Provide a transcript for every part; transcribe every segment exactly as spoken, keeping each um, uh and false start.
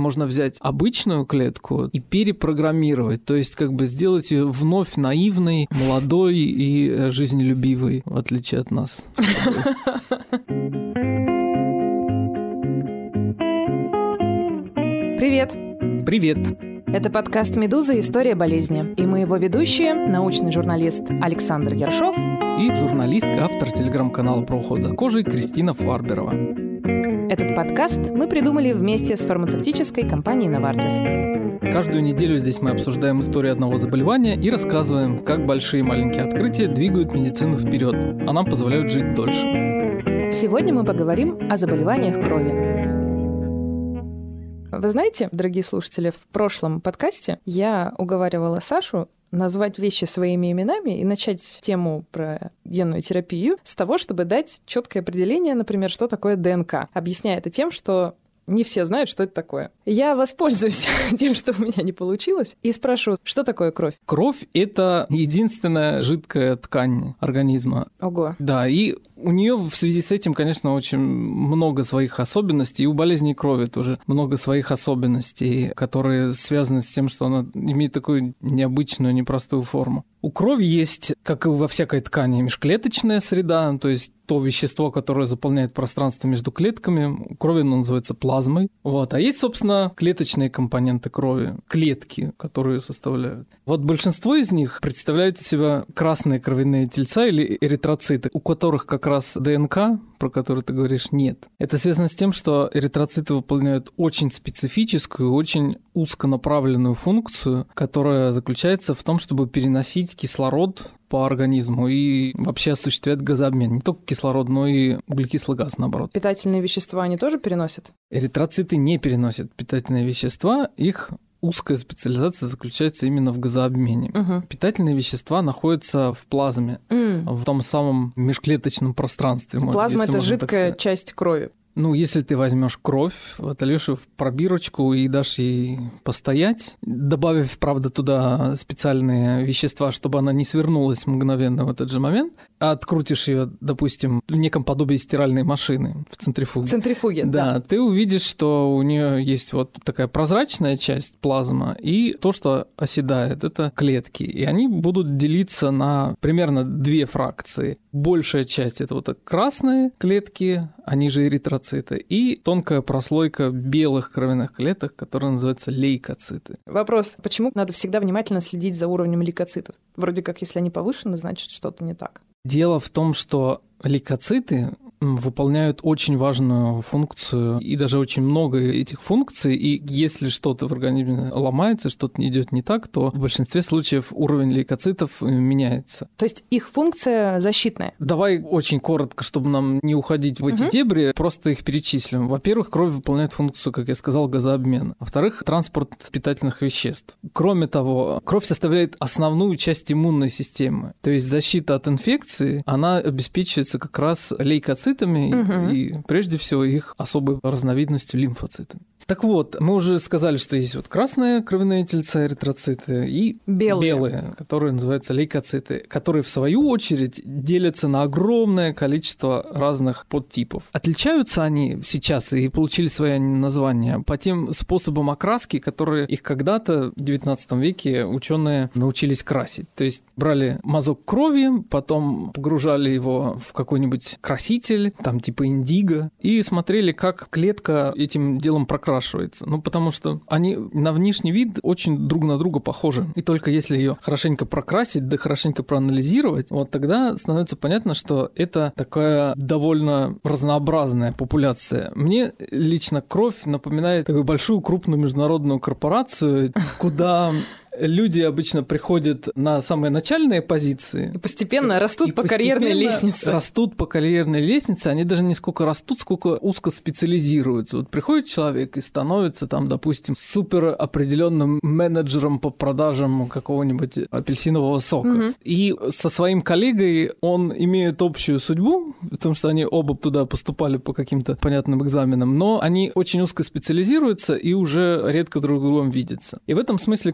Можно взять обычную клетку и перепрограммировать, то есть как бы сделать ее вновь наивной, молодой и жизнелюбивой, в отличие от нас. Привет! Привет! Это подкаст «Медуза. История болезни». И мы его ведущие, научный журналист Александр Ершов и журналистка, автор телеграм-канала про уход за кожей Кристина Фарберова. Этот подкаст мы придумали вместе с фармацевтической компанией Novartis. Каждую неделю здесь мы обсуждаем историю одного заболевания и рассказываем, как большие и маленькие открытия двигают медицину вперед, а нам позволяют жить дольше. Сегодня мы поговорим о заболеваниях крови. Вы знаете, дорогие слушатели, в прошлом подкасте я уговаривала Сашу назвать вещи своими именами и начать тему про генную терапию с того, чтобы дать четкое определение, например, что такое ДНК, объясняя это тем, что не все знают, что это такое. Я воспользуюсь тем, что у меня не получилось, и спрошу, что такое кровь? Кровь – это единственная жидкая ткань организма. Ого. Да, и у нее в связи с этим, конечно, очень много своих особенностей, и у болезни крови тоже много своих особенностей, которые связаны с тем, что она имеет такую необычную, непростую форму. У крови есть, как и во всякой ткани, межклеточная среда, то есть то вещество, которое заполняет пространство между клетками. У крови оно называется плазмой. Вот. А есть, собственно, клеточные компоненты крови, клетки, которые ее составляют. Вот большинство из них представляют из себя красные кровяные тельца или эритроциты, у которых как раз ДНК, про который ты говоришь, нет. Это связано с тем, что эритроциты выполняют очень специфическую, очень узконаправленную функцию, которая заключается в том, чтобы переносить кислород по организму и вообще осуществлять газообмен. Не только кислород, но и углекислый газ, наоборот. Питательные вещества они тоже переносят? Эритроциты не переносят питательные вещества, их узкая специализация заключается именно в газообмене. Угу. Питательные вещества находятся в плазме, mm. в том самом межклеточном пространстве. Плазма – это жидкая часть крови. Ну, если ты возьмешь кровь, отольешь ее в пробирочку и дашь ей постоять, добавив, правда, туда специальные вещества, чтобы она не свернулась мгновенно в этот же момент, а открутишь ее, допустим, в неком подобии стиральной машины в центрифуге. В центрифуге, да. Да, ты увидишь, что у нее есть вот такая прозрачная часть плазма, и то, что оседает, это клетки. И они будут делиться на примерно две фракции. Большая часть – это вот красные клетки, они же эритроциты, и тонкая прослойка белых кровяных клеток, которая называется лейкоциты. Вопрос, почему надо всегда внимательно следить за уровнем лейкоцитов? Вроде как, если они повышены, значит, что-то не так. Дело в том, что лейкоциты выполняют очень важную функцию, и даже очень много этих функций, и если что-то в организме ломается, что-то не идет не так, то в большинстве случаев уровень лейкоцитов меняется. То есть их функция защитная? Давай очень коротко, чтобы нам не уходить в эти угу. дебри, просто их перечислим. Во-первых, кровь выполняет функцию, как я сказал, газообмена. Во-вторых, транспорт питательных веществ. Кроме того, кровь составляет основную часть иммунной системы, то есть защита от инфекции, она обеспечивается как раз лейкоцитами, Угу. и, и прежде всего их особой разновидностью лимфоцитами. Так вот, мы уже сказали, что есть вот красные кровяные тельца, эритроциты, и белые. белые, которые называются лейкоциты, которые в свою очередь делятся на огромное количество разных подтипов. Отличаются они сейчас и получили свои названия по тем способам окраски, которые их когда-то в девятнадцатом веке ученые научились красить. То есть брали мазок крови, потом погружали его в какой-нибудь краситель, там типа индиго, и смотрели, как клетка этим делом прокрашивается. Ну, потому что они на внешний вид очень друг на друга похожи. И только если ее хорошенько прокрасить, да хорошенько проанализировать, вот тогда становится понятно, что это такая довольно разнообразная популяция. Мне лично кровь напоминает такую большую крупную международную корпорацию, куда люди обычно приходят на самые начальные позиции. И постепенно растут и по карьерной лестнице. Растут по карьерной лестнице. Они даже не сколько растут, сколько узко специализируются. Вот приходит человек и становится там, допустим, супер определенным менеджером по продажам какого-нибудь апельсинового сока. Угу. И со своим коллегой он имеет общую судьбу, потому что они оба туда поступали по каким-то понятным экзаменам, но они очень узко специализируются и уже редко друг с другом видятся. И в этом смысле кровь действительно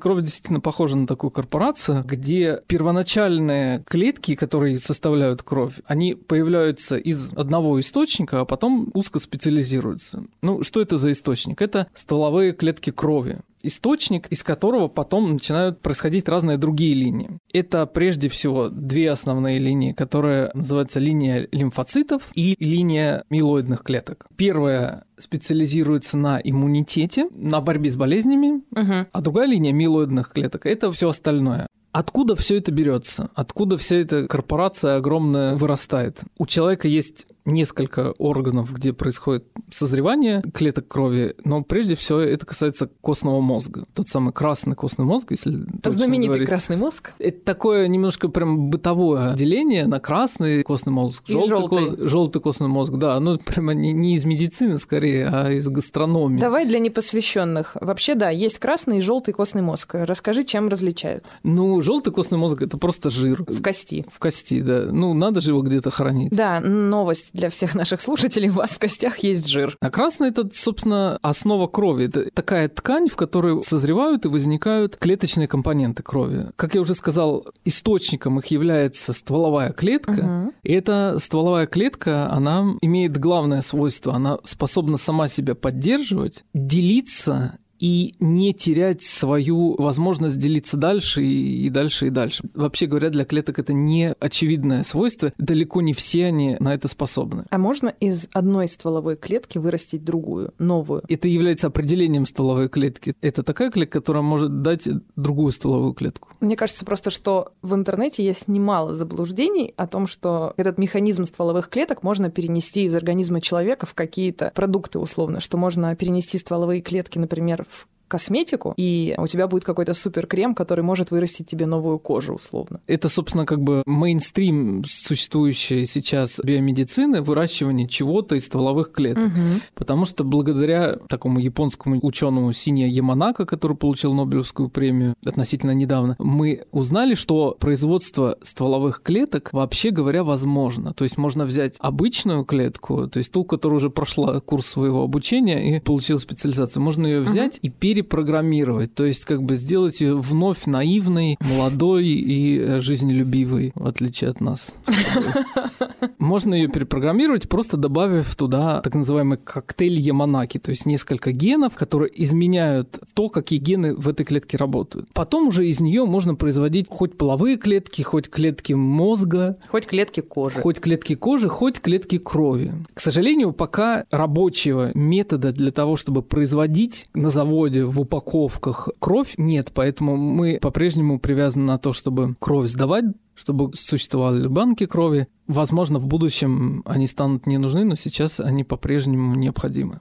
действительно похоже на такую корпорацию, где первоначальные клетки, которые составляют кровь, они появляются из одного источника, а потом узко специализируются. Ну, что это за источник? Это стволовые клетки крови. Источник, из которого потом начинают происходить разные другие линии. Это прежде всего две основные линии, которые называются линия лимфоцитов и линия миелоидных клеток. Первая специализируется на иммунитете, на борьбе с болезнями, угу. а другая линия миелоидных клеток – это все остальное. Откуда все это берется? Откуда вся эта корпорация огромная вырастает? У человека есть несколько органов, где происходит созревание клеток крови, но прежде всего это касается костного мозга. Тот самый красный костный мозг, если точно знаменитый говорить. Красный мозг. Это такое немножко прям бытовое деление на красный костный мозг, желтый, ко... желтый костный мозг. Да, оно прямо не, не из медицины скорее, а из гастрономии. Давай для непосвященных. Вообще, да, есть красный и желтый костный мозг. Расскажи, чем различаются. Ну, желтый костный мозг – это просто жир. В кости. В кости, да. Ну, надо же его где-то хранить. Да, новость для всех наших слушателей. У вас в костях есть жир. А красный – это, собственно, основа крови. Это такая ткань, в которой созревают и возникают клеточные компоненты крови. Как я уже сказал, источником их является стволовая клетка. Угу. И эта стволовая клетка, она имеет главное свойство. Она способна сама себя поддерживать, делиться и не терять свою возможность делиться дальше и, и дальше и дальше. Вообще говоря, для клеток это не очевидное свойство. Далеко не все они на это способны. А можно из одной стволовой клетки вырастить другую, новую? Это является определением стволовой клетки. Это такая клетка, которая может дать другую стволовую клетку. Мне кажется просто, что в интернете есть немало заблуждений о том, что этот механизм стволовых клеток можно перенести из организма человека в какие-то продукты условно, что можно перенести стволовые клетки, например, в косметику, и у тебя будет какой-то суперкрем, который может вырастить тебе новую кожу, условно. Это, собственно, как бы мейнстрим существующей сейчас биомедицины, выращивание чего-то из стволовых клеток. Угу. Потому что благодаря такому японскому ученому Синия Яманака, который получил Нобелевскую премию относительно недавно, мы узнали, что производство стволовых клеток, вообще говоря, возможно. То есть можно взять обычную клетку, то есть ту, которая уже прошла курс своего обучения и получила специализацию, можно ее взять угу. и пере перепрограммировать, то есть как бы сделать ее вновь наивной, молодой и жизнелюбивой, в отличие от нас. Можно ее перепрограммировать, просто добавив туда так называемый коктейль Яманаки, то есть несколько генов, которые изменяют то, какие гены в этой клетке работают. Потом уже из нее можно производить хоть половые клетки, хоть клетки мозга, хоть клетки кожи, хоть клетки кожи, хоть клетки крови. К сожалению, пока рабочего метода для того, чтобы производить на заводе в упаковках кровь, нет, поэтому мы по-прежнему привязаны на то, чтобы кровь сдавать, чтобы существовали банки крови. Возможно, в будущем они станут не нужны, но сейчас они по-прежнему необходимы.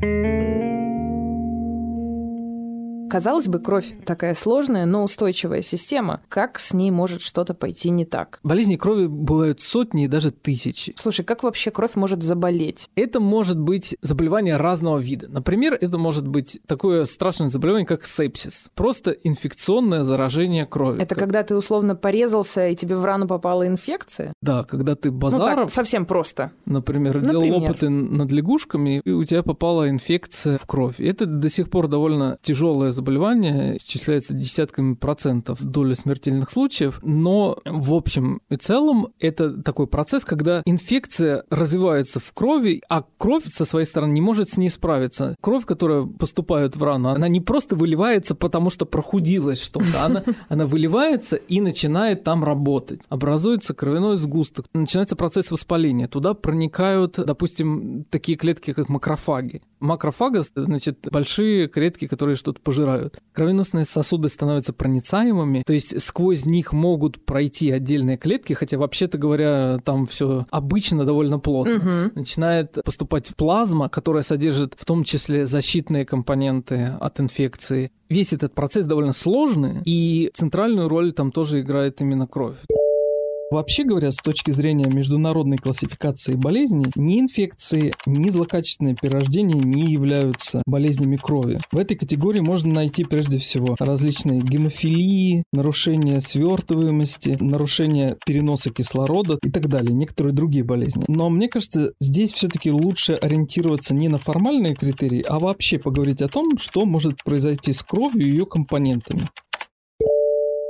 Казалось бы, кровь такая сложная, но устойчивая система. Как с ней может что-то пойти не так? Болезни крови бывают сотни и даже тысячи. Слушай, как вообще кровь может заболеть? Это может быть заболевание разного вида. Например, это может быть такое страшное заболевание, как сепсис. Просто инфекционное заражение крови. Это как... когда ты условно порезался, и тебе в рану попала инфекция? Да, когда ты Базаров... Ну так, совсем просто. Например, делал например. опыты над лягушками, и у тебя попала инфекция в кровь. И это до сих пор довольно тяжелое заболевание, исчисляется десятками процентов доля смертельных случаев, но в общем и целом это такой процесс, когда инфекция развивается в крови, а кровь со своей стороны не может с ней справиться. Кровь, которая поступает в рану, она не просто выливается, потому что прохудилось что-то, она, она выливается и начинает там работать. Образуется кровяной сгусток, начинается процесс воспаления. Туда проникают, допустим, такие клетки, как макрофаги. Макрофага, значит, большие клетки, которые что-то пожирают. Кровеносные сосуды становятся проницаемыми, то есть сквозь них могут пройти отдельные клетки, хотя, вообще-то говоря, там все обычно довольно плотно. Угу. Начинает поступать плазма, которая содержит в том числе защитные компоненты от инфекции. Весь этот процесс довольно сложный, и центральную роль там тоже играет именно кровь. Вообще говоря, с точки зрения международной классификации болезней, ни инфекции, ни злокачественные перерождения не являются болезнями крови. В этой категории можно найти прежде всего различные гемофилии, нарушения свертываемости, нарушения переноса кислорода и так далее, некоторые другие болезни. Но мне кажется, здесь все-таки лучше ориентироваться не на формальные критерии, а вообще поговорить о том, что может произойти с кровью и ее компонентами.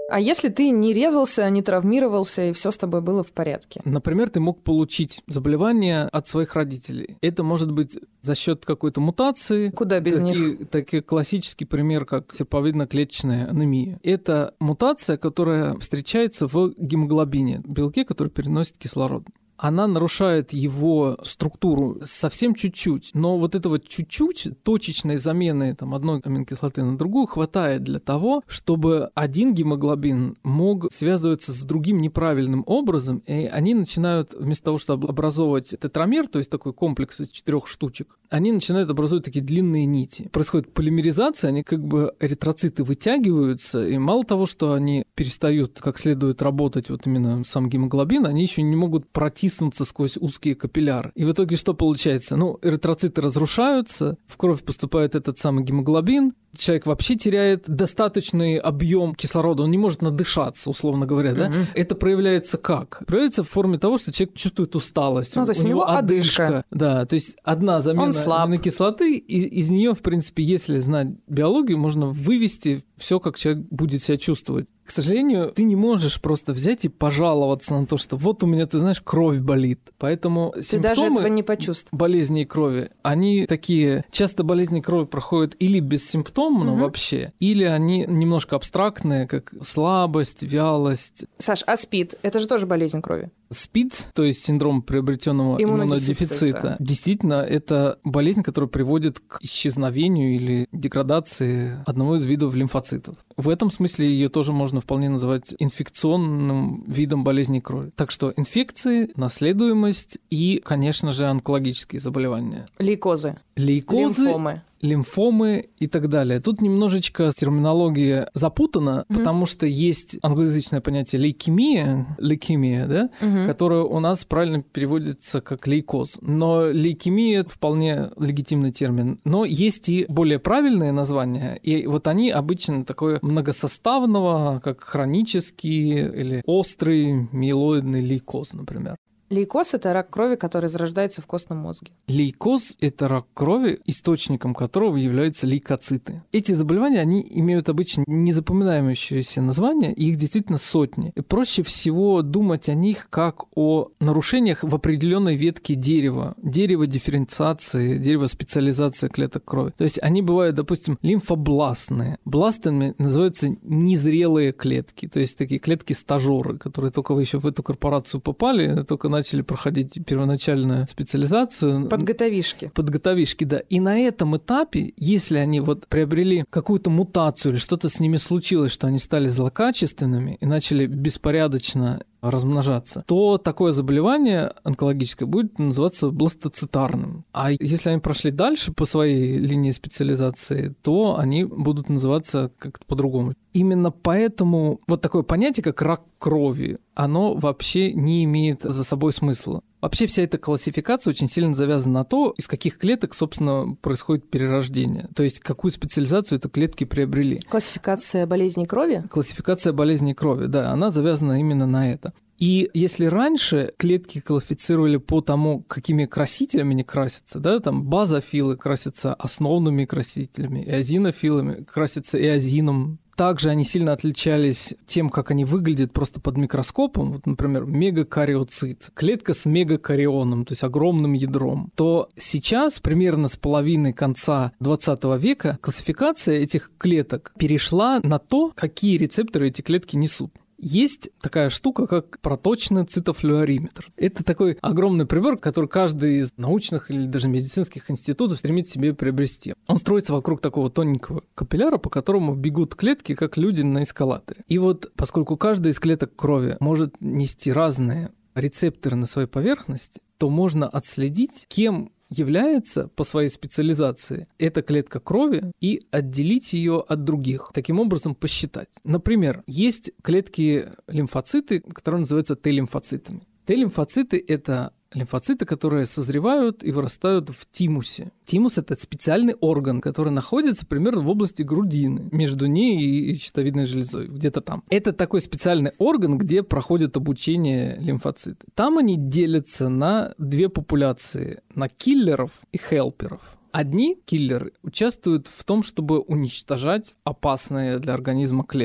А если ты не резался, не травмировался, и все с тобой было в порядке? Например, ты мог получить заболевание от своих родителей. Это может быть за счет какой-то мутации. Куда без такие, них? Такой классический пример, как серповидно-клеточная анемия. Это мутация, которая встречается в гемоглобине, белке, который переносит кислород. Она нарушает его структуру совсем чуть-чуть, но вот этого чуть-чуть, точечной замены там, одной аминокислоты на другую хватает для того, чтобы один гемоглобин мог связываться с другим неправильным образом, и они начинают, вместо того, чтобы образовывать тетрамер, то есть такой комплекс из четырех штучек, они начинают образовывать такие длинные нити. Происходит полимеризация, они как бы эритроциты вытягиваются, и мало того, что они перестают как следует работать, вот именно сам гемоглобин, они еще не могут протиснуться сквозь узкие капилляры. И в итоге что получается? Ну, эритроциты разрушаются, в кровь поступает этот самый гемоглобин, человек вообще теряет достаточный объем кислорода, он не может надышаться, условно говоря, да? Mm-hmm. Это проявляется как? Проявляется в форме того, что человек чувствует усталость, ну, у, то есть у него одышка. одышка. Да, то есть одна замена аминокислоты, и из нее, в принципе, если знать биологию, можно вывести все, как человек будет себя чувствовать. К сожалению, ты не можешь просто взять и пожаловаться на то, что вот у меня, ты знаешь, кровь болит. Поэтому ты симптомы даже этого не почувствуешь. Болезней крови, они такие, часто болезни крови проходят или бессимптомно угу. вообще, или они немножко абстрактные, как слабость, вялость. Саш, а СПИД – это же тоже болезнь крови? СПИД, то есть синдром приобретенного иммунодефицита, действительно, это болезнь, которая приводит к исчезновению или деградации одного из видов лимфоцитов. В этом смысле ее тоже можно вполне называть инфекционным видом болезни крови. Так что инфекции, наследуемость и, конечно же, онкологические заболевания. Лейкозы. Лейкозы. Лимфомы. лимфомы и так далее. Тут немножечко терминология запутана, mm-hmm. потому что есть англоязычное понятие лейкемия, лейкемия, да, mm-hmm. которое у нас правильно переводится как лейкоз. Но лейкемия вполне легитимный термин. Но есть и более правильные названия, и вот они обычно такое многосоставного, как хронический или острый миелоидный лейкоз, например. Лейкоз – это рак крови, который зарождается в костном мозге. Лейкоз – это рак крови, источником которого являются лейкоциты. Эти заболевания, они имеют обычно незапоминающиеся названия, и их действительно сотни. И проще всего думать о них как о нарушениях в определенной ветке дерева, дерева дифференциации, дерева специализации клеток крови. То есть они бывают, допустим, лимфобластные. Бластами называются незрелые клетки, то есть такие клетки-стажеры, которые только вы еще в эту корпорацию попали, только начали проходить первоначальную специализацию. Подготовишки. Подготовишки, да. И на этом этапе, если они вот приобрели какую-то мутацию или что-то с ними случилось, что они стали злокачественными и начали беспорядочно размножаться, то такое заболевание онкологическое будет называться бластоцитарным. А если они прошли дальше по своей линии специализации, то они будут называться как-то по-другому. Именно поэтому вот такое понятие, как рак крови, оно вообще не имеет за собой смысла. Вообще вся эта классификация очень сильно завязана на то, из каких клеток, собственно, происходит перерождение. То есть какую специализацию эти клетки приобрели. Классификация болезней крови? Классификация болезней крови, да, она завязана именно на это. И если раньше клетки классифицировали по тому, какими красителями они красятся, да, там базофилы красятся основными красителями, эозинофилами красятся эозином. Также они сильно отличались тем, как они выглядят просто под микроскопом. Вот, например, мегакариоцит, клетка с мегакарионом, то есть огромным ядром. То сейчас, примерно с половины конца двадцатого века, классификация этих клеток перешла на то, какие рецепторы эти клетки несут. Есть такая штука, как проточный цитофлюориметр. Это такой огромный прибор, который каждый из научных или даже медицинских институтов стремится себе приобрести. Он строится вокруг такого тоненького капилляра, по которому бегут клетки, как люди на эскалаторе. И вот поскольку каждая из клеток крови может нести разные рецепторы на своей поверхности, то можно отследить, кем является по своей специализации эта клетка крови и отделить ее от других. Таким образом посчитать. Например, есть клетки-лимфоциты, которые называются Т-лимфоцитами. Т-лимфоциты – это лимфоциты, которые созревают и вырастают в тимусе. Тимус – это специальный орган, который находится примерно в области грудины, между ней и щитовидной железой, где-то там. Это такой специальный орган, где проходит обучение лимфоциты. Там они делятся на две популяции – на киллеров и хелперов. Одни киллеры участвуют в том, чтобы уничтожать опасные для организма клетки.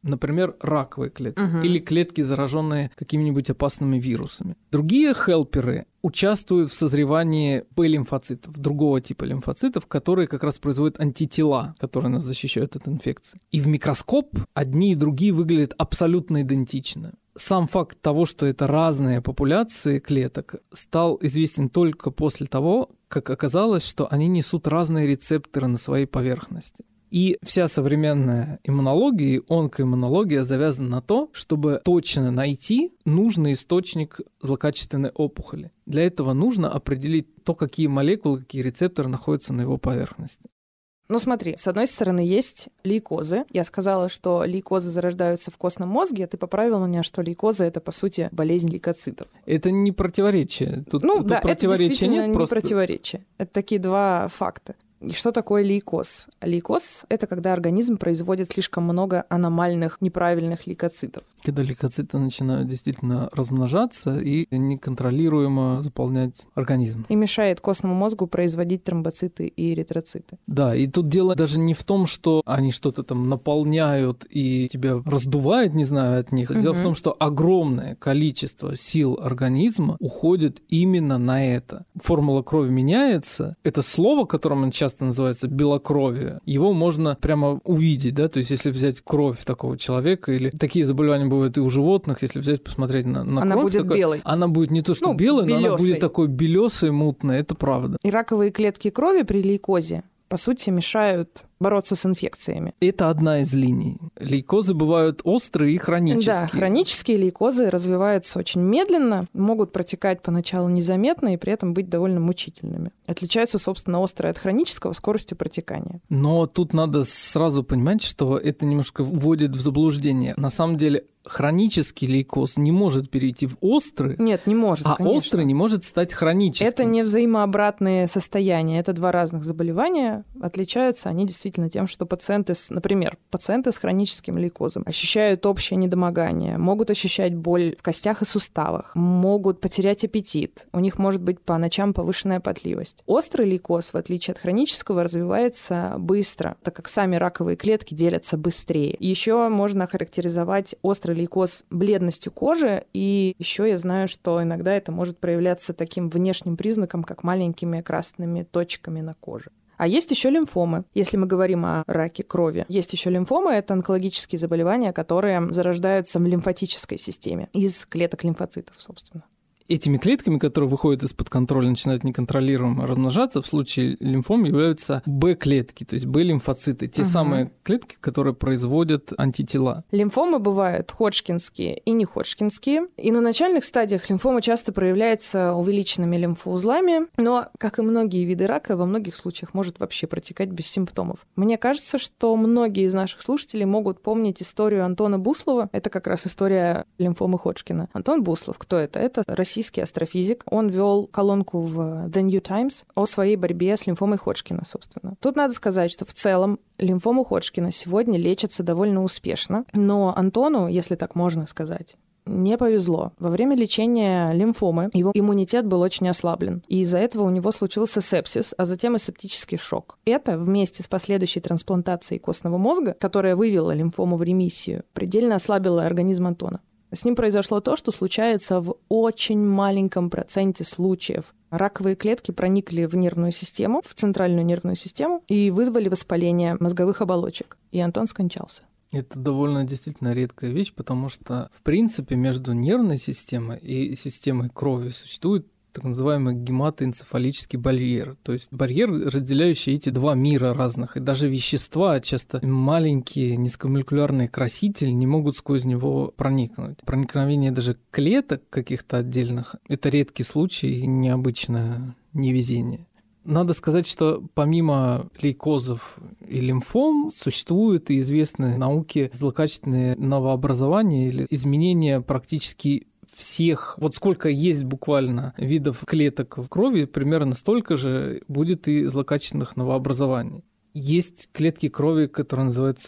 Например, раковые клетки Угу. или клетки, зараженные какими-нибудь опасными вирусами. Другие хелперы участвуют в созревании Б-лимфоцитов, другого типа лимфоцитов, которые как раз производят антитела, которые нас защищают от инфекции. И в микроскоп одни и другие выглядят абсолютно идентично. Сам факт того, что это разные популяции клеток, стал известен только после того, как оказалось, что они несут разные рецепторы на своей поверхности. И вся современная иммунология и онкоиммунология завязана на то, чтобы точно найти нужный источник злокачественной опухоли. Для этого нужно определить то, какие молекулы, какие рецепторы находятся на его поверхности. Ну смотри, с одной стороны есть лейкозы. Я сказала, что лейкозы зарождаются в костном мозге, а ты поправила меня, что лейкоза — это, по сути, болезнь лейкоцитов. Это не противоречие. Тут, ну тут да, противоречия это действительно нет, не просто... противоречие. Это такие два факта. И что такое лейкоз? Лейкоз — это когда организм производит слишком много аномальных, неправильных лейкоцитов. Когда лейкоциты начинают действительно размножаться и неконтролируемо заполнять организм. И мешает костному мозгу производить тромбоциты и эритроциты. Да, и тут дело даже не в том, что они что-то там наполняют и тебя раздувают, не знаю, от них. Дело Угу. в том, что огромное количество сил организма уходит именно на это. Формула крови меняется. Это слово, которым он часто называется белокровие, его можно прямо увидеть, да, то есть если взять кровь такого человека, или такие заболевания бывают и у животных, если взять, посмотреть на, на она кровь, будет такой, белой. она будет не то что Ну, белой, но она белёсой. будет такой белесой, мутной, это правда. И раковые клетки крови при лейкозе, по сути, мешают бороться с инфекциями. Это одна из линий. Лейкозы бывают острые и хронические. Да, хронические лейкозы развиваются очень медленно, могут протекать поначалу незаметно и при этом быть довольно мучительными. Отличаются, собственно, острое от хронического скоростью протекания. Но тут надо сразу понимать, что это немножко вводит в заблуждение. На самом деле хронический лейкоз не может перейти в острый, Нет, не может, а конечно. острый не может стать хроническим. Это не взаимообратные состояния, это два разных заболевания. Отличаются они действительно тем, что пациенты, с, например, пациенты с хроническим лейкозом ощущают общее недомогание, могут ощущать боль в костях и суставах, могут потерять аппетит, у них может быть по ночам повышенная потливость. Острый лейкоз, в отличие от хронического, развивается быстро, так как сами раковые клетки делятся быстрее. Еще можно характеризовать острый лейкоз бледностью кожи, и еще я знаю, что иногда это может проявляться таким внешним признаком, как маленькими красными точками на коже. А есть еще лимфомы. Если мы говорим о раке крови, есть еще лимфомы. Это онкологические заболевания, которые зарождаются в лимфатической системе из клеток лимфоцитов, собственно. Этими клетками, которые выходят из-под контроля, начинают неконтролируемо размножаться, в случае лимфом являются Б-клетки, то есть Б-лимфоциты, те Угу. самые клетки, которые производят антитела. Лимфомы бывают ходжкинские и не ходжкинские. И на начальных стадиях лимфома часто проявляется увеличенными лимфоузлами, но, как и многие виды рака, во многих случаях может вообще протекать без симптомов. Мне кажется, что многие из наших слушателей могут помнить историю Антона Буслова. Это как раз история лимфомы Ходжкина. Антон Буслов, кто это? Это российский астрофизик. Он вел колонку в The New Times о своей борьбе с лимфомой Ходжкина, собственно. Тут надо сказать, что в целом лимфома Ходжкина сегодня лечится довольно успешно, но Антону, если так можно сказать, не повезло. Во время лечения лимфомы его иммунитет был очень ослаблен, и из-за этого у него случился сепсис, а затем и септический шок. Это вместе с последующей трансплантацией костного мозга, которая вывела лимфому в ремиссию, предельно ослабила организм Антона. С ним произошло то, что случается в очень маленьком проценте случаев. Раковые клетки проникли в нервную систему, в центральную нервную систему и вызвали воспаление мозговых оболочек. И Антон скончался. Это довольно действительно редкая вещь, потому что, в принципе, между нервной системой и системой крови существует так называемый гематоэнцефалический барьер, то есть барьер, разделяющий эти два мира разных. И даже вещества, часто маленькие низкомолекулярные красители, не могут сквозь него проникнуть. Проникновение даже клеток каких-то отдельных – это редкий случай и необычное невезение. Надо сказать, что помимо лейкозов и лимфом существуют и известны науке злокачественные новообразования или изменения практически всех, вот сколько есть буквально видов клеток в крови, примерно столько же будет и злокачественных новообразований. Есть клетки крови, которые называются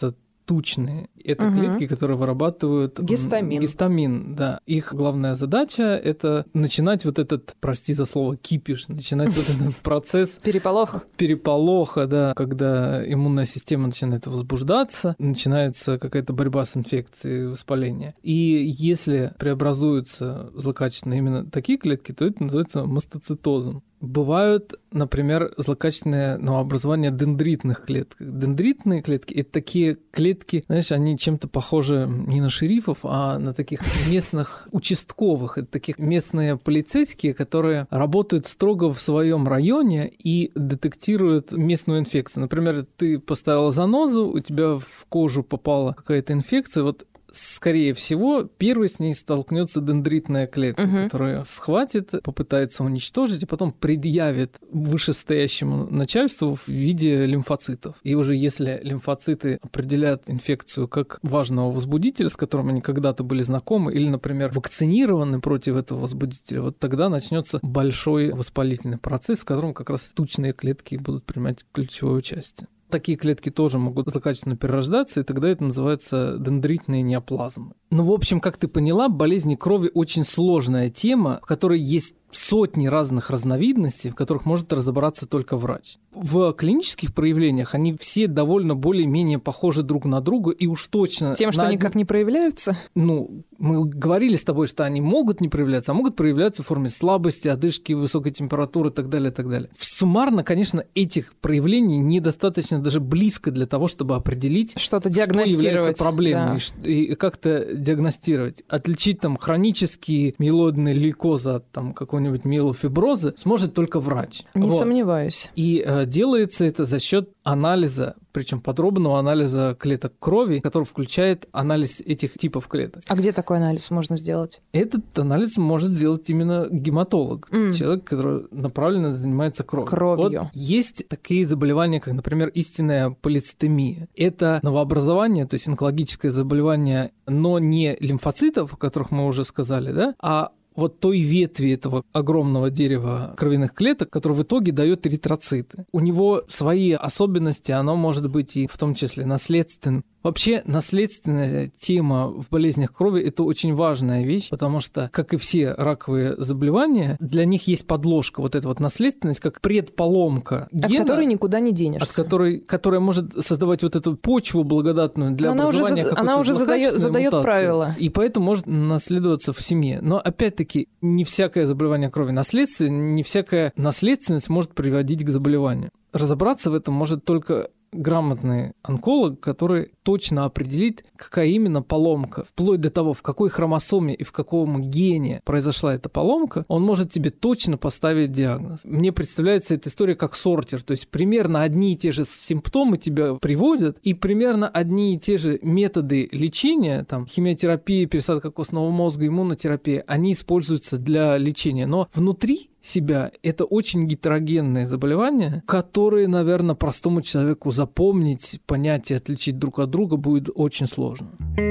тучные. Это Угу. клетки, которые вырабатывают м, Гистамин. гистамин, да. Их главная задача – это начинать вот этот, прости за слово, кипиш, начинать вот этот процесс Переполох. переполоха, да, когда иммунная система начинает возбуждаться, начинается какая-то борьба с инфекцией, воспаление. И если преобразуются злокачественные именно такие клетки, то это называется мастоцитозом. Бывают, например, злокачественные новообразования дендритных клеток. Дендритные клетки – это такие клетки, знаешь, они чем-то похожи не на шерифов, а на таких местных участковых. Это такие местные полицейские, которые работают строго в своем районе и детектируют местную инфекцию. Например, ты поставила занозу, у тебя в кожу попала какая-то инфекция, вот скорее всего, первой с ней столкнется дендритная клетка, Угу. которая схватит, попытается уничтожить и потом предъявит вышестоящему начальству в виде лимфоцитов. И уже если лимфоциты определят инфекцию как важного возбудителя, с которым они когда-то были знакомы, или, например, вакцинированы против этого возбудителя, вот тогда начнется большой воспалительный процесс, в котором как раз тучные клетки будут принимать ключевое участие. Такие клетки тоже могут злокачественно перерождаться, и тогда это называется дендритные неоплазмы. Ну, в общем, как ты поняла, болезни крови очень сложная тема, в которой есть сотни разных разновидностей, в которых может разобраться только врач. В клинических проявлениях они все довольно более-менее похожи друг на друга, и уж точно... Тем, что на... они как не проявляются? Ну, мы говорили с тобой, что они могут не проявляться, а могут проявляться в форме слабости, одышки, высокой температуры и так далее, и так далее. Суммарно, конечно, этих проявлений недостаточно даже близко для того, чтобы определить, Что-то что диагностировать. является проблемой, Да. и, и как-то диагностировать. Отличить там хронические миелоидные лейкозы от там какой-нибудь миелофиброзы сможет только врач. Не Вот. сомневаюсь. И э, делается это за счет анализа, причем подробного анализа клеток крови, который включает анализ этих типов клеток. А где такой анализ можно сделать? Этот анализ может сделать именно гематолог, М. человек, который направленно занимается кровью. Кровью. Вот есть такие заболевания, как, например, истинная полицитемия. Это новообразование, то есть онкологическое заболевание, но не лимфоцитов, о которых мы уже сказали, да, а вот той ветви этого огромного дерева кровяных клеток, который в итоге дает эритроциты. У него свои особенности, оно может быть и в том числе наследственным. Вообще, наследственная тема в болезнях крови – это очень важная вещь, потому что, как и все раковые заболевания, для них есть подложка, вот эта вот наследственность, как предполомка От гена, которой никуда не денешься. от которой, которая может создавать вот эту почву благодатную для Она уже образования зада- какой-то она уже задает- злокачественной задает мутации. правила. И поэтому может наследоваться в семье. Но опять-таки, не всякое заболевание крови наследственное, не всякая наследственность может приводить к заболеванию. Разобраться в этом может только грамотный онколог, который точно определит, какая именно поломка, вплоть до того, в какой хромосоме и в каком гене произошла эта поломка, он может тебе точно поставить диагноз. Мне представляется эта история как сортир, то есть примерно одни и те же симптомы тебя приводят, и примерно одни и те же методы лечения, там, химиотерапия, пересадка костного мозга, иммунотерапия, они используются для лечения, но внутри себя это очень гетерогенные заболевания, которые, наверное, простому человеку запомнить, понять и отличить друг от друга будет очень сложно.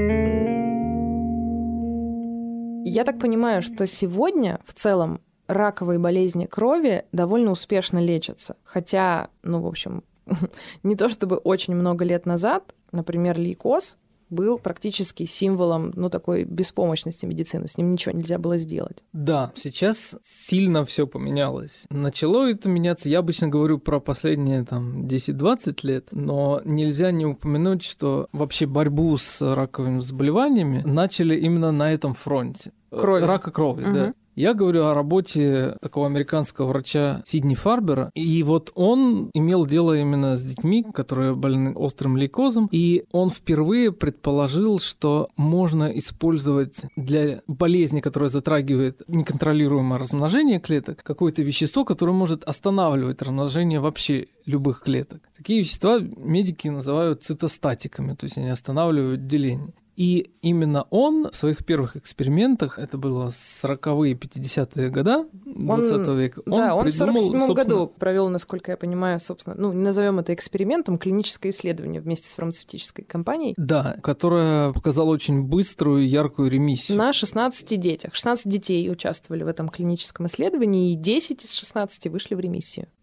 Я так понимаю, что сегодня в целом раковые болезни крови довольно успешно лечатся. Хотя, ну, в общем, не то чтобы очень много лет назад, например, лейкоз был практически символом, ну, такой беспомощности медицины. С ним ничего нельзя было сделать. Да, сейчас сильно все поменялось. Начало это меняться, я обычно говорю про последние там десять-двадцать лет, но нельзя не упомянуть, что вообще борьбу с раковыми заболеваниями начали именно на этом фронте. Крови. Рака крови, Угу. да. Я говорю о работе такого американского врача Сидни Фарбера, и вот он имел дело именно с детьми, которые больны острым лейкозом, и он впервые предположил, что можно использовать для болезни, которая затрагивает неконтролируемое размножение клеток, какое-то вещество, которое может останавливать размножение вообще любых клеток. Такие вещества медики называют цитостатиками, то есть они останавливают деление. И именно он в своих первых экспериментах, это было сороковые, пятидесятые года двадцатого века, он да, он придумал, в сорок седьмом собственно, году провел, насколько я понимаю, собственно, ну, назовем это экспериментом, клиническое исследование вместе с фармацевтической компанией. Да, которая показала очень быструю и яркую ремиссию. На шестнадцати детях. шестнадцать детей участвовали в этом клиническом исследовании, и десять из шестнадцати вышли в ремиссию.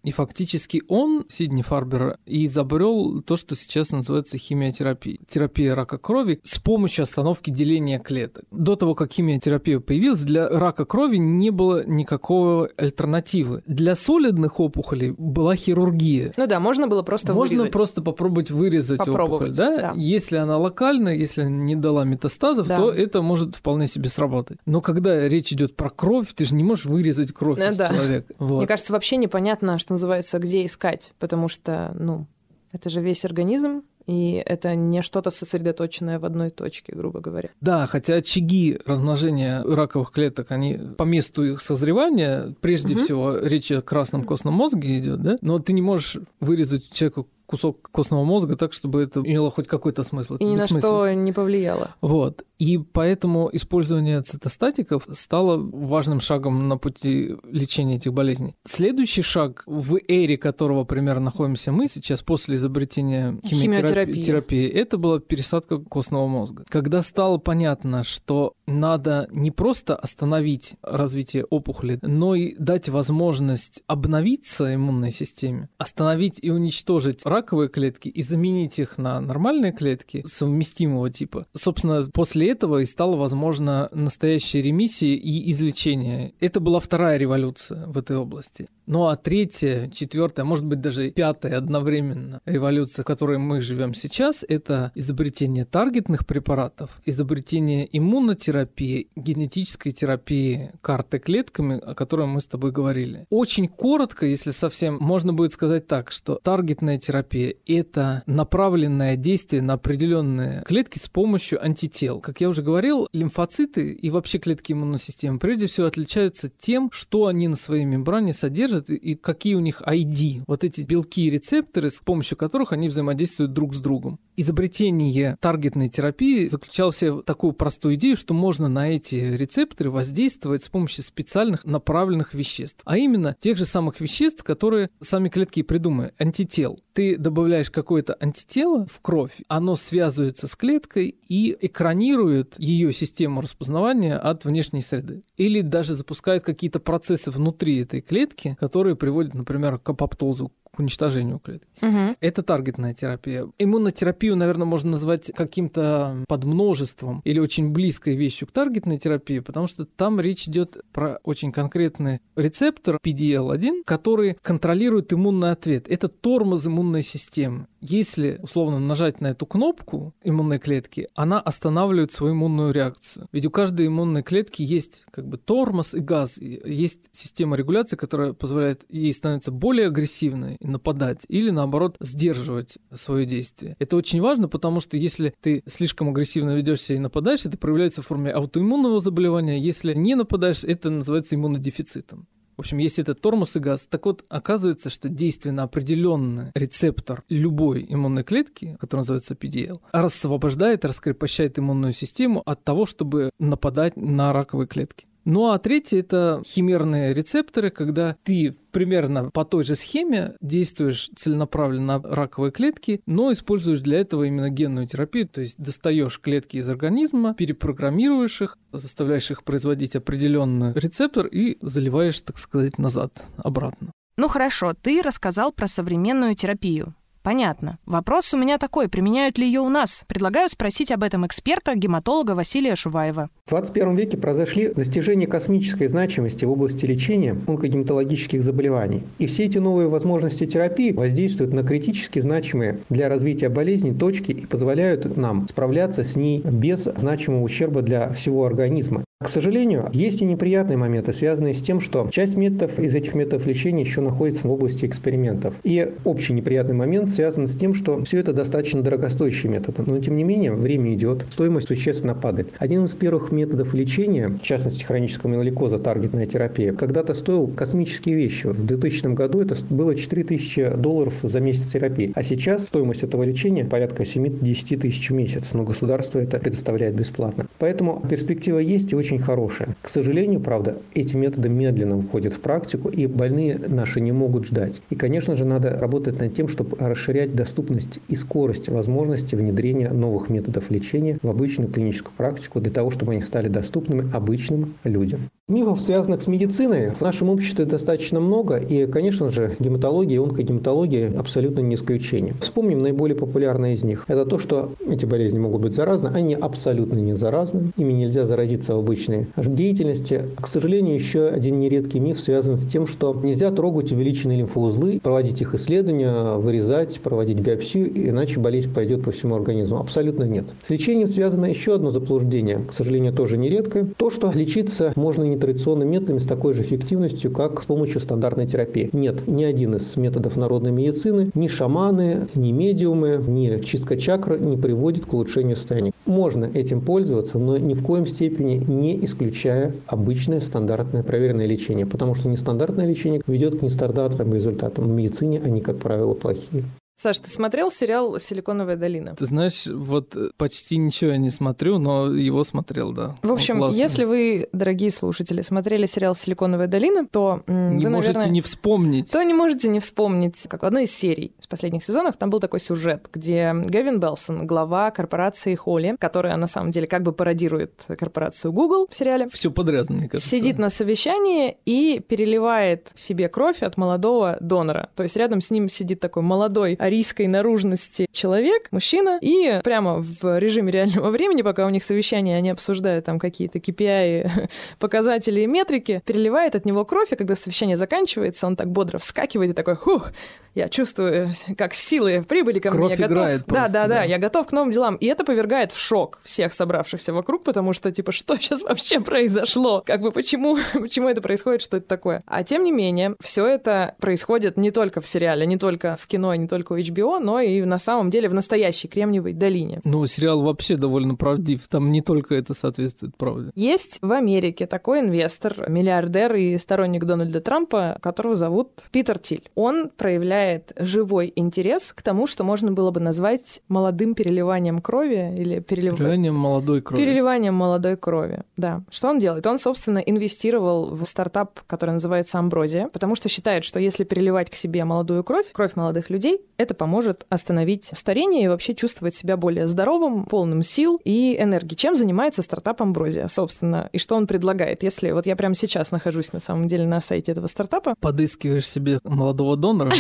И фактически он, Сидни Фарбер, и изобрел то, что сейчас называется химиотерапией. Терапия рака крови с помощью остановки деления клеток. До того, как химиотерапия появилась, для рака крови не было никакой альтернативы. Для солидных опухолей была хирургия. Ну да, можно было просто можно вырезать. просто попробовать вырезать опухоль. Да? Да. Если она локальная, если не дала метастазов, да. то это может вполне себе сработать. Но когда речь идет про кровь, ты же не можешь вырезать кровь да, из да. человека. Вот. Мне кажется, вообще непонятно, что называется, где искать, потому что, ну, это же весь организм, и это не что-то сосредоточенное в одной точке, грубо говоря. Да, хотя очаги размножения раковых клеток, они по месту их созревания, прежде угу. всего, речь о красном костном мозге идет, да? Но ты не можешь вырезать человеку кусок костного мозга так, чтобы это имело хоть какой-то смысл. И ни на что не повлияло. Вот. И поэтому использование цитостатиков стало важным шагом на пути лечения этих болезней. Следующий шаг, в эре которого примерно находимся мы сейчас, после изобретения химиотерапии, химиотерапии, это была пересадка костного мозга. Когда стало понятно, что надо не просто остановить развитие опухоли, но и дать возможность обновиться иммунной системе, остановить и уничтожить раковые клетки и заменить их на нормальные клетки совместимого типа. Собственно, после этого и стало возможно настоящая ремиссия и излечение. Это была вторая революция в этой области. Ну а третья, четвертая, может быть даже пятая одновременно революция, в которой мы живем сейчас, это изобретение таргетных препаратов, изобретение иммунотерапии, генетической терапии карты клетками, о которой мы с тобой говорили. Очень коротко, если совсем, можно будет сказать так, что таргетная терапия – это направленное действие на определенные клетки с помощью антител. Как я уже говорил, лимфоциты и вообще клетки иммунной системы прежде всего отличаются тем, что они на своей мембране содержат и какие у них ай ди, вот эти белки и рецепторы, с помощью которых они взаимодействуют друг с другом. Изобретение таргетной терапии заключалось в такую простую идею, что можно на эти рецепторы воздействовать с помощью специальных направленных веществ, а именно тех же самых веществ, которые сами клетки и придумали, антител. Ты добавляешь какое-то антитело в кровь, оно связывается с клеткой и экранирует ее систему распознавания от внешней среды. Или даже запускает какие-то процессы внутри этой клетки, которые приводят, например, к апоптозу, к уничтожению клетки. Угу. Это таргетная терапия. Иммунотерапию, наверное, можно назвать каким-то подмножеством или очень близкой вещью к таргетной терапии, потому что там речь идет про очень конкретный рецептор пи ди эл один, который контролирует иммунный ответ. Это тормоз иммунной системы. Если, условно, нажать на эту кнопку иммунной клетки, она останавливает свою иммунную реакцию. Ведь у каждой иммунной клетки есть как бы тормоз и газ, есть система регуляции, которая позволяет ей становиться более агрессивной и нападать, или, наоборот, сдерживать свое действие. Это очень важно, потому что если ты слишком агрессивно ведешься и нападаешь, это проявляется в форме аутоиммунного заболевания. Если не нападаешь, это называется иммунодефицитом. В общем, есть этот тормоз и газ. Так вот, оказывается, что действие на определенный рецептор любой иммунной клетки, который называется пи ди эл, освобождает, раскрепощает иммунную систему от того, чтобы нападать на раковые клетки. Ну а третье – это химерные рецепторы, когда ты примерно по той же схеме действуешь целенаправленно на раковые клетки, но используешь для этого именно генную терапию, то есть достаешь клетки из организма, перепрограммируешь их, заставляешь их производить определенный рецептор и заливаешь, так сказать, назад, обратно. Ну хорошо, ты рассказал про современную терапию. Понятно. Вопрос у меня такой, применяют ли ее у нас? Предлагаю спросить об этом эксперта, гематолога Василия Шуваева. В двадцать первом веке произошли достижения космической значимости в области лечения онкогематологических заболеваний. И все эти новые возможности терапии воздействуют на критически значимые для развития болезни точки и позволяют нам справляться с ней без значимого ущерба для всего организма. К сожалению, есть и неприятные моменты, связанные с тем, что часть методов из этих методов лечения еще находится в области экспериментов. И общий неприятный момент связан с тем, что все это достаточно дорогостоящие методы. Но, тем не менее, время идет, стоимость существенно падает. Один из первых методов лечения, в частности хронического миелолейкоза, таргетная терапия, когда-то стоил космические вещи. В двухтысячном году это было четыре тысячи долларов за месяц терапии. А сейчас стоимость этого лечения порядка семь-десять тысяч в месяц. Но государство это предоставляет бесплатно. Поэтому перспектива есть и очень очень хорошее. К сожалению, правда, эти методы медленно входят в практику, и больные наши не могут ждать. И, конечно же, надо работать над тем, чтобы расширять доступность и скорость возможности внедрения новых методов лечения в обычную клиническую практику для того, чтобы они стали доступными обычным людям. Мифов, связанных с медициной, в нашем обществе достаточно много, и, конечно же, гематология и онкогематология абсолютно не исключение. Вспомним наиболее популярные из них. Это то, что эти болезни могут быть заразны, они абсолютно не заразны, ими нельзя заразиться в обычной деятельности. К сожалению, еще один нередкий миф связан с тем, что нельзя трогать увеличенные лимфоузлы, проводить их исследования, вырезать, проводить биопсию, иначе болезнь пойдет по всему организму. Абсолютно нет. С лечением связано еще одно заблуждение, к сожалению, тоже нередкое. То, что лечиться можно не традиционными методами с такой же эффективностью, как с помощью стандартной терапии. Нет, ни один из методов народной медицины, ни шаманы, ни медиумы, ни чистка чакры не приводит к улучшению состояния. Можно этим пользоваться, но ни в коем степени не исключая обычное стандартное проверенное лечение, потому что нестандартное лечение ведет к нестандартным результатам. В медицине они, как правило, плохие. Саш, ты смотрел сериал «Силиконовая долина»? Ты знаешь, вот почти ничего я не смотрю, но его смотрел, да. В общем, если вы, дорогие слушатели, смотрели сериал «Силиконовая долина», то м, не вы, можете наверное, не вспомнить. То не можете не вспомнить, как в одной из серий с последних сезонов там был такой сюжет, где Гэвин Белсон, глава корпорации Холли, которая на самом деле как бы пародирует корпорацию Google в сериале, все подряд, мне кажется. Сидит на совещании и переливает себе кровь от молодого донора. То есть рядом с ним сидит такой молодой арийской наружности человек, мужчина, и прямо в режиме реального времени, пока у них совещание, они обсуждают там какие-то кей пи ай, показатели и метрики, переливает от него кровь, и когда совещание заканчивается, он так бодро вскакивает и такой: «Хух, я чувствую, как силы прибыли ко кровь мне. Я играет готов. просто, да, да, да, да, я готов к новым делам». И это повергает в шок всех собравшихся вокруг, потому что, типа, что сейчас вообще произошло? Как бы почему, почему это происходит, что это такое? А тем не менее, все это происходит не только в сериале, не только в кино, не только у эйч би о, но и на самом деле в настоящей Кремниевой долине. Ну, сериал вообще довольно правдив. Там не только это соответствует правде. Есть в Америке такой инвестор, миллиардер и сторонник Дональда Трампа, которого зовут Питер Тиль. Он проявляет живой интерес к тому, что можно было бы назвать молодым переливанием крови или перелив... переливанием молодой крови. Переливанием молодой крови, да. Что он делает? Он, собственно, инвестировал в стартап, который называется Амброзия, потому что считает, что если переливать к себе молодую кровь, кровь молодых людей, это поможет остановить старение и вообще чувствовать себя более здоровым, полным сил и энергии. Чем занимается стартап Амброзия, собственно, и что он предлагает? Если вот я прямо сейчас нахожусь на самом деле на сайте этого стартапа. Подыскиваешь себе молодого донора?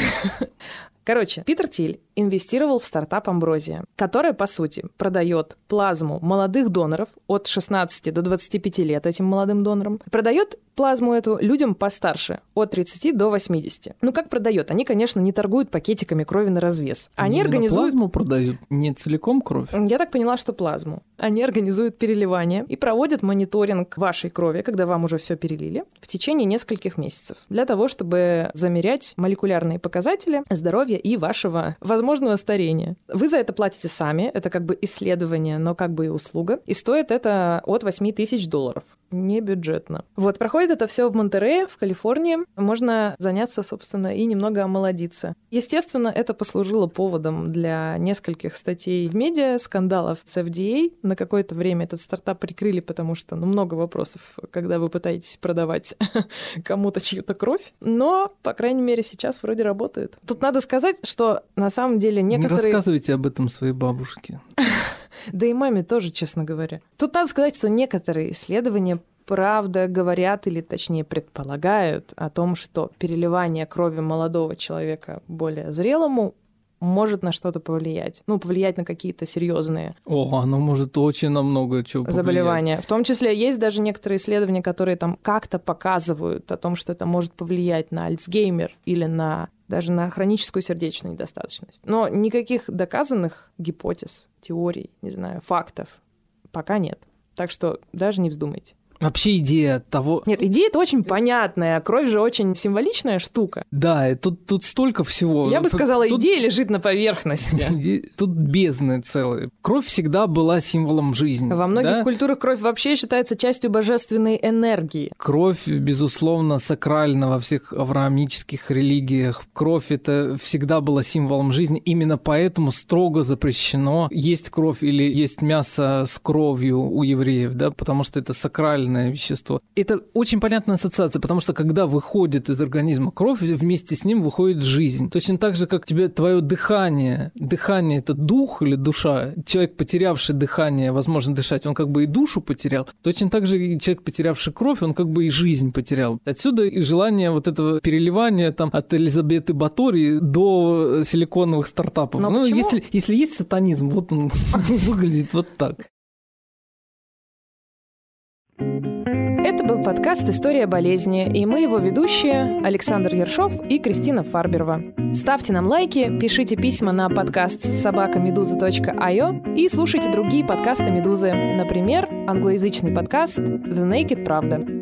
Короче, Питер Тиль инвестировал в стартап Амброзия, который, по сути, продает плазму молодых доноров от шестнадцати до двадцати пяти лет этим молодым донорам. Продает плазму эту людям постарше, от тридцати до восьмидесяти. Ну, как продает? Они, конечно, не торгуют пакетиками крови на развес. Они Именно организуют... плазму продают, не целиком кровь? Я так поняла, что плазму. Они организуют переливание и проводят мониторинг вашей крови, когда вам уже все перелили, в течение нескольких месяцев, для того, чтобы замерять молекулярные показатели здоровья и вашего возможного старения. Вы за это платите сами, это как бы исследование, но как бы и услуга, и стоит это от восьми тысяч долларов. Не бюджетно. Вот, проходит это все в Монтерее, в Калифорнии. Можно заняться, собственно, и немного омолодиться. Естественно, это послужило поводом для нескольких статей в медиа, скандалов с эф ди эй. На какое-то время этот стартап прикрыли, потому что, ну, много вопросов, когда вы пытаетесь продавать кому-то чью-то кровь. Но, по крайней мере, сейчас вроде работает. Тут надо сказать, что на самом деле некоторые... Не рассказывайте об этом своей бабушке. Да и маме тоже, честно говоря. Тут надо сказать, что некоторые исследования правда говорят, или точнее предполагают о том, что переливание крови молодого человека более зрелому может на что-то повлиять. Ну, повлиять на какие-то серьезные О, оно может очень на много чего повлиять. Заболевания. В том числе есть даже некоторые исследования, которые там как-то показывают о том, что это может повлиять на Альцгеймер или на даже на хроническую сердечную недостаточность. Но никаких доказанных гипотез, теорий, не знаю, фактов пока нет. Так что даже не вздумайте. Вообще идея того... Нет, идея-то очень понятная, кровь же очень символичная штука. Да, и тут, тут столько всего. Я бы тут, сказала, тут... идея лежит на поверхности. Тут бездны целые. Кровь всегда была символом жизни. Во многих да? культурах кровь вообще считается частью божественной энергии. Кровь, безусловно, сакральна во всех авраамических религиях. Кровь — это всегда была символом жизни. Именно поэтому строго запрещено есть кровь или есть мясо с кровью у евреев, да, потому что это сакрально питательное вещество. Это очень понятная ассоциация, потому что когда выходит из организма кровь, вместе с ним выходит жизнь. Точно так же, как тебе твое дыхание. Дыхание – это дух или душа. Человек, потерявший дыхание, возможно дышать, он как бы и душу потерял. Точно так же и человек, потерявший кровь, он как бы и жизнь потерял. Отсюда и желание вот этого переливания там, от Элизабеты Батори до силиконовых стартапов. Но ну, почему? если, если есть сатанизм, вот он выглядит вот так. Это был подкаст «История болезни», и мы его ведущие Александр Ершов и Кристина Фарберова. Ставьте нам лайки, пишите письма на подкаст собака медуза точка ай о и слушайте другие подкасты «Медузы», например, англоязычный подкаст «The Naked Правда».